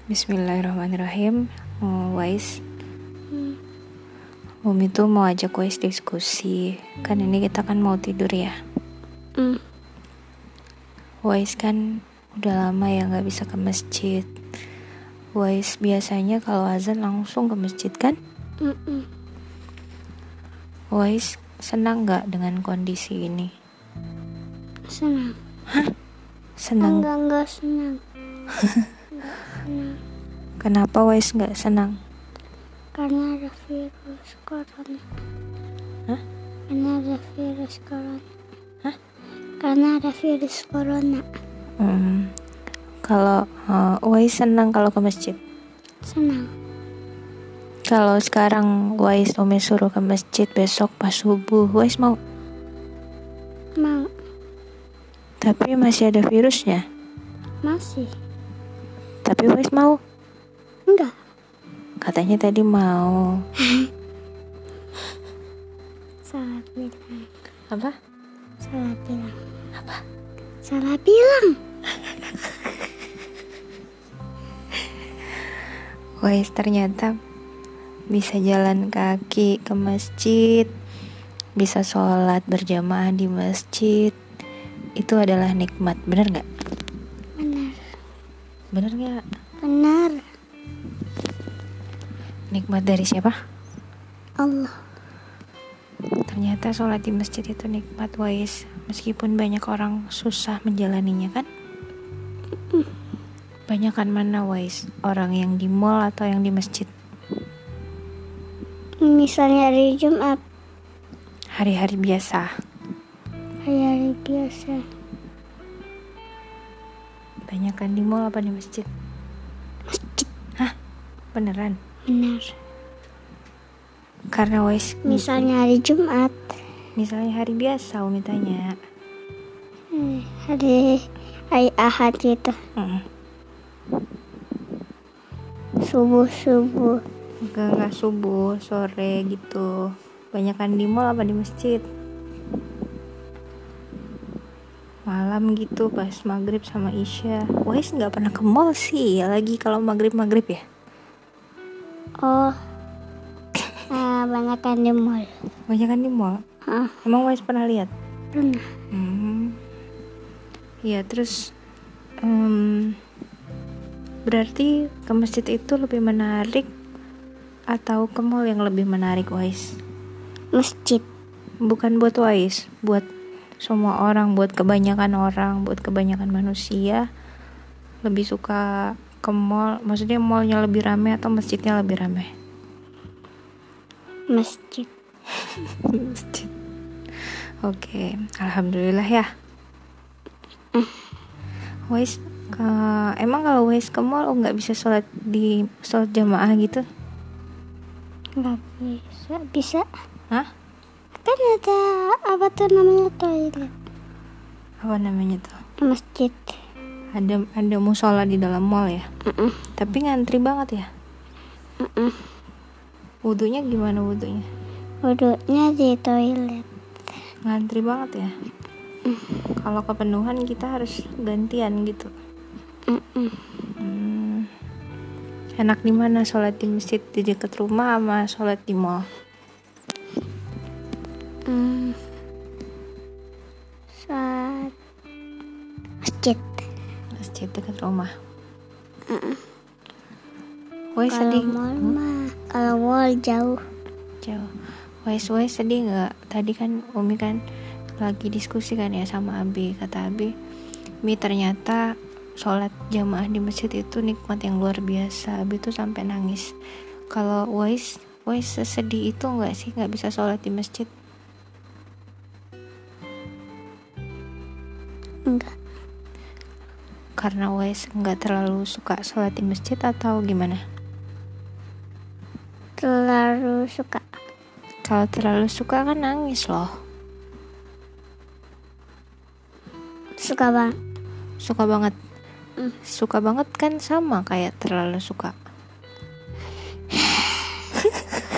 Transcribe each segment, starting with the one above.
Bismillahirrahmanirrahim. Wais, Umi tuh mau ajak Wais diskusi. Kan ini kita kan mau tidur ya. Wais kan udah lama ya gak bisa ke masjid. Wais biasanya kalau azan langsung ke masjid kan? Wais senang gak dengan kondisi ini? Senang. Senang? Enggak senang. Kenapa Wais gak senang? Karena ada virus corona. Hah? Karena ada virus corona. Hah? Karena ada virus corona. Kalau Wais senang kalau ke masjid? Senang. Kalau sekarang Wais Umi suruh ke masjid besok pas subuh, Wais mau? Mau. Tapi masih ada virusnya. Masih. Tapi Wais mau? Enggak. Katanya tadi mau. Salah bilang. Apa? Salah bilang. Apa? Salah bilang. Wais ternyata bisa jalan kaki ke masjid, bisa sholat berjamaah di masjid. Itu adalah nikmat, benar nggak? Benar. Benar nggak? Benar. Nikmat dari siapa? Allah. Ternyata sholat di masjid itu nikmat, Wais. Meskipun banyak orang susah menjalaninya kan? Banyakan mana, Wais? Orang yang di mall atau yang di masjid? Misalnya hari Jumat, Hari-hari biasa. hari-hari biasa. Banyakan di mall apa di masjid? Masjid. Hah? Beneran? Benar. Karena Wais Misalnya hari Jumat, misalnya hari biasa, Umi tanya. hari Ahad itu, subuh. Enggak subuh, sore gitu. Banyakan di mall apa di masjid? Malam gitu pas maghrib sama isya. Wais nggak pernah ke mall sih, lagi kalau maghrib ya. Oh, banyakan di mall. Banyakan di mall. Emang Wais pernah lihat? Pernah. Iya, terus berarti ke masjid itu lebih menarik atau ke mall yang lebih menarik, Wais? Masjid. Bukan buat Wais, buat semua orang, buat kebanyakan orang, buat kebanyakan manusia lebih suka ke mall. Maksudnya mallnya lebih ramai atau masjidnya lebih ramai? Masjid. Masjid. Oke, alhamdulillah ya. Wais, emang kalau Wais ke mall nggak bisa sholat jamaah gitu? Nggak bisa. Hah? Kan ada apa tuh namanya, toilet. Apa namanya tuh? Masjid. Ada musola di dalam mall ya? Tapi ngantri banget ya? Wudunya gimana wudunya? Wudunya di toilet. Ngantri banget ya? Kalau kepenuhan kita harus gantian gitu. Enak di mana sholat di masjid di dekat rumah sama sholat di mall? Saat masjid Dekat rumah. Wais kalau sedih. mall mah, kalau mall jauh. Wais sedih nggak? Tadi kan Umi kan lagi diskusi kan ya sama Abi. Kata Abi, Mi ternyata sholat jamaah di masjid itu nikmat yang luar biasa. Abi tuh sampai nangis. Kalau Wais sesedih itu nggak sih nggak bisa sholat di masjid? Enggak. Karena Wais nggak terlalu suka sholat di masjid atau gimana? Terlalu suka. Kalau terlalu suka kan nangis loh. Suka banget. Suka banget kan sama kayak terlalu suka.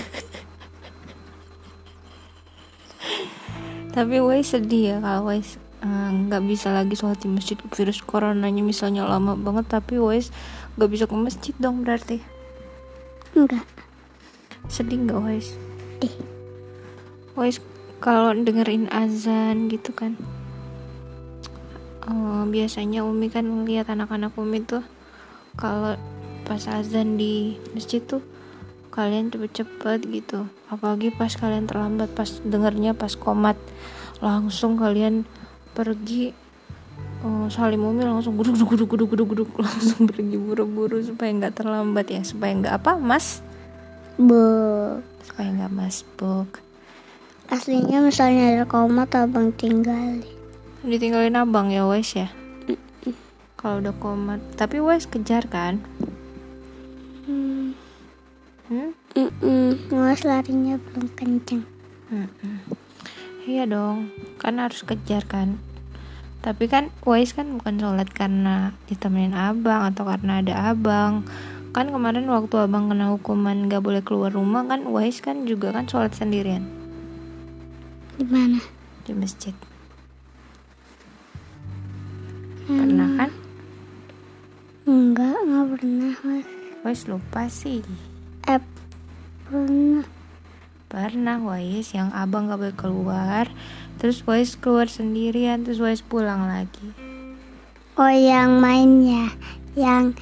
Tapi Wais sedih ya kalau Wais nggak bisa lagi sholat di masjid, virus coronanya misalnya lama banget, tapi Wais nggak bisa ke masjid dong berarti. Enggak. Sedih nggak Wais? Sedih. Wais kalau dengerin azan gitu kan, biasanya Umi kan ngeliat anak-anak Umi tuh kalau pas azan di masjid tuh kalian cepet-cepet gitu, apalagi pas kalian terlambat, pas dengernya pas qomat langsung kalian pergi, salim Umi langsung guduk langsung pergi buru-buru supaya nggak terlambat ya, supaya nggak supaya nggak masbuk. Aslinya misalnya ada komat abang Ditinggalin abang ya Wais ya, kalau udah komat. Tapi Wais kejar kan? Mas larinya belum kenceng. Iya dong, kan harus kejar kan. Tapi kan Wais kan bukan sholat karena ditemenin abang atau karena ada abang. Kan kemarin waktu abang kena hukuman gak boleh keluar rumah kan, Wais kan juga kan sholat sendirian. Di mana? Di masjid. Pernah kan? Enggak pernah Mas. Wais lupa sih. Pernah Wais, yang abang gak boleh keluar, terus Wais keluar sendirian, terus Wais pulang lagi. Oh yang mainnya, yang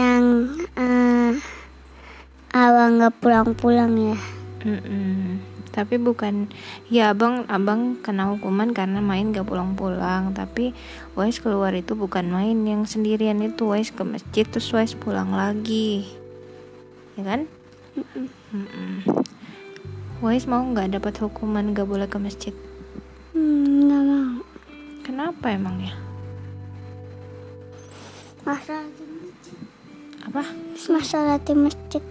abang nggak pulang-pulang ya. Tapi bukan, ya abang kena hukuman karena main gak pulang-pulang, tapi Wais keluar itu bukan main yang sendirian, itu Wais ke masjid terus Wais pulang lagi, ya kan? Wais mau nggak dapat hukuman gak boleh ke masjid? Nggak mau. Kenapa emangnya? Masalah di masjid. Apa? Masalah di masjid.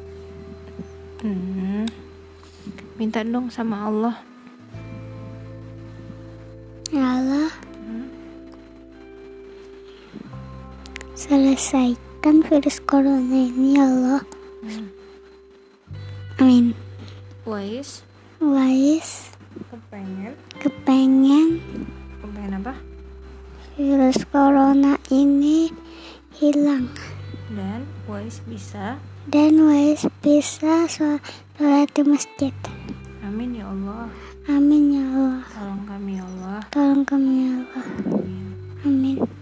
Minta dong sama Allah. Ya Allah, selesaikan virus corona ini ya Allah. Amin. Wais kepengen apa? Virus corona ini hilang Dan Wais bisa sholat di masjid. Amin ya Allah. Amin ya Allah. Tolong kami ya Allah. Tolong kami ya Allah. Amin. Amin.